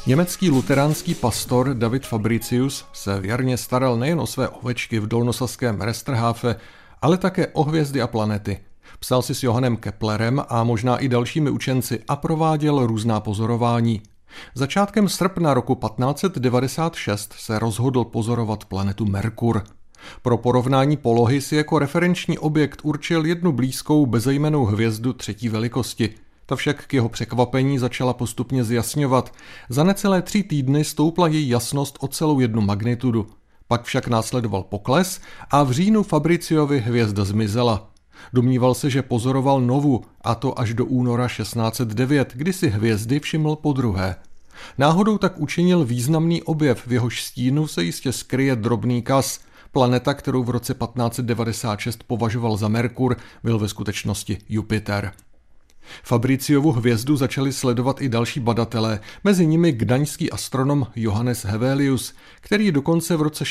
Německý luteránský pastor David Fabricius se věrně staral nejen o své ovečky v dolnosaském Resterhafe, ale také o hvězdy a planety. Psal si s Johannem Keplerem a možná i dalšími učenci a prováděl různá pozorování. Začátkem srpna roku 1596 se rozhodl pozorovat planetu Merkur. Pro porovnání polohy si jako referenční objekt určil jednu blízkou bezejmennou hvězdu třetí velikosti. Ta však k jeho překvapení začala postupně zjasňovat. Za necelé 3 týdny stoupla její jasnost o celou 1 magnitudu. Pak však následoval pokles a v říjnu Fabriciovi hvězda zmizela. Domníval se, že pozoroval novu, a to až do února 1609, kdy si hvězdy všiml podruhé. Náhodou tak učinil významný objev, v jehož stínu se jistě skryje drobný kas. Planeta, kterou v roce 1596 považoval za Merkur, byl ve skutečnosti Jupiter. Fabriciovu hvězdu začali sledovat i další badatelé, mezi nimi gdaňský astronom Johannes Hevelius, který dokonce v roce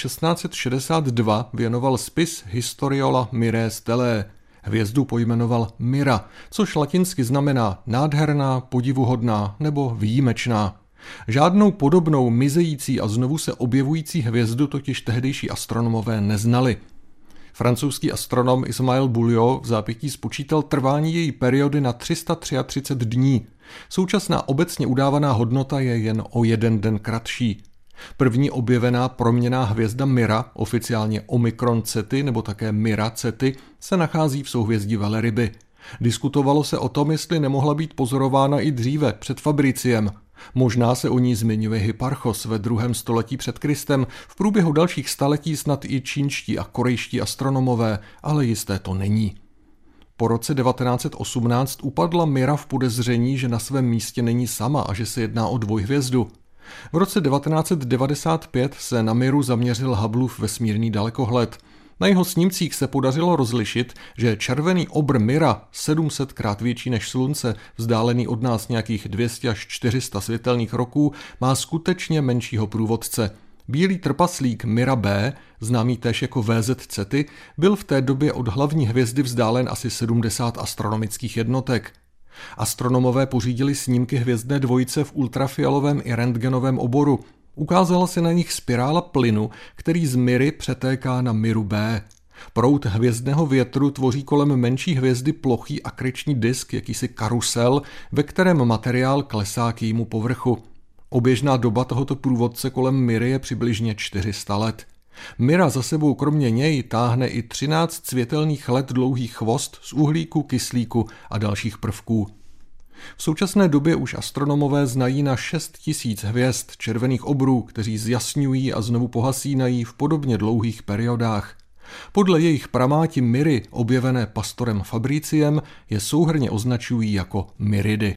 1662 věnoval spis Historiola Mirae Stellae. Hvězdu pojmenoval Mira, což latinsky znamená nádherná, podivuhodná nebo výjimečná. Žádnou podobnou mizející a znovu se objevující hvězdu totiž tehdejší astronomové neznali. Francouzský astronom Ismail Bouliot v zápětí spočítal trvání její periody na 333 dní. Současná obecně udávaná hodnota je jen o 1 den kratší. První objevená proměnná hvězda Mira, oficiálně Omikron Ceti nebo také Mira Ceti, se nachází v souhvězdí Veleryby. Diskutovalo se o tom, jestli nemohla být pozorována i dříve, před Fabriciem. Možná se o ní zmiňuje Hipparchos ve 2. století před Kristem, v průběhu dalších staletí snad i čínští a korejští astronomové, ale jisté to není. Po roce 1918 upadla Mira v podezření, že na svém místě není sama a že se jedná o dvojhvězdu. V roce 1995 se na Miru zaměřil Hubbleův vesmírný dalekohled. Na jeho snímcích se podařilo rozlišit, že červený obr Mira, 700krát větší než Slunce, vzdálený od nás nějakých 200 až 400 světelných roků, má skutečně menšího průvodce. Bílý trpaslík Mira B, známý též jako VZ Ceti, byl v té době od hlavní hvězdy vzdálen asi 70 astronomických jednotek. Astronomové pořídili snímky hvězdné dvojice v ultrafialovém i rentgenovém oboru. Ukázala se na nich spirála plynu, který z Miry přetéká na Miru B. Proud hvězdného větru tvoří kolem menší hvězdy plochý akreční disk, jakýsi karusel, ve kterém materiál klesá k jejímu povrchu. Oběžná doba tohoto průvodce kolem Miry je přibližně 400 let. Mira za sebou kromě něj táhne i 13 světelných let dlouhý chvost z uhlíku, kyslíku a dalších prvků. V současné době už astronomové znají na 6 000 hvězd červených obrů, kteří zjasňují a znovu pohasínají v podobně dlouhých periodách. Podle jejich pramáti Miry, objevené pastorem Fabriciem, je souhrnně označují jako Miridy.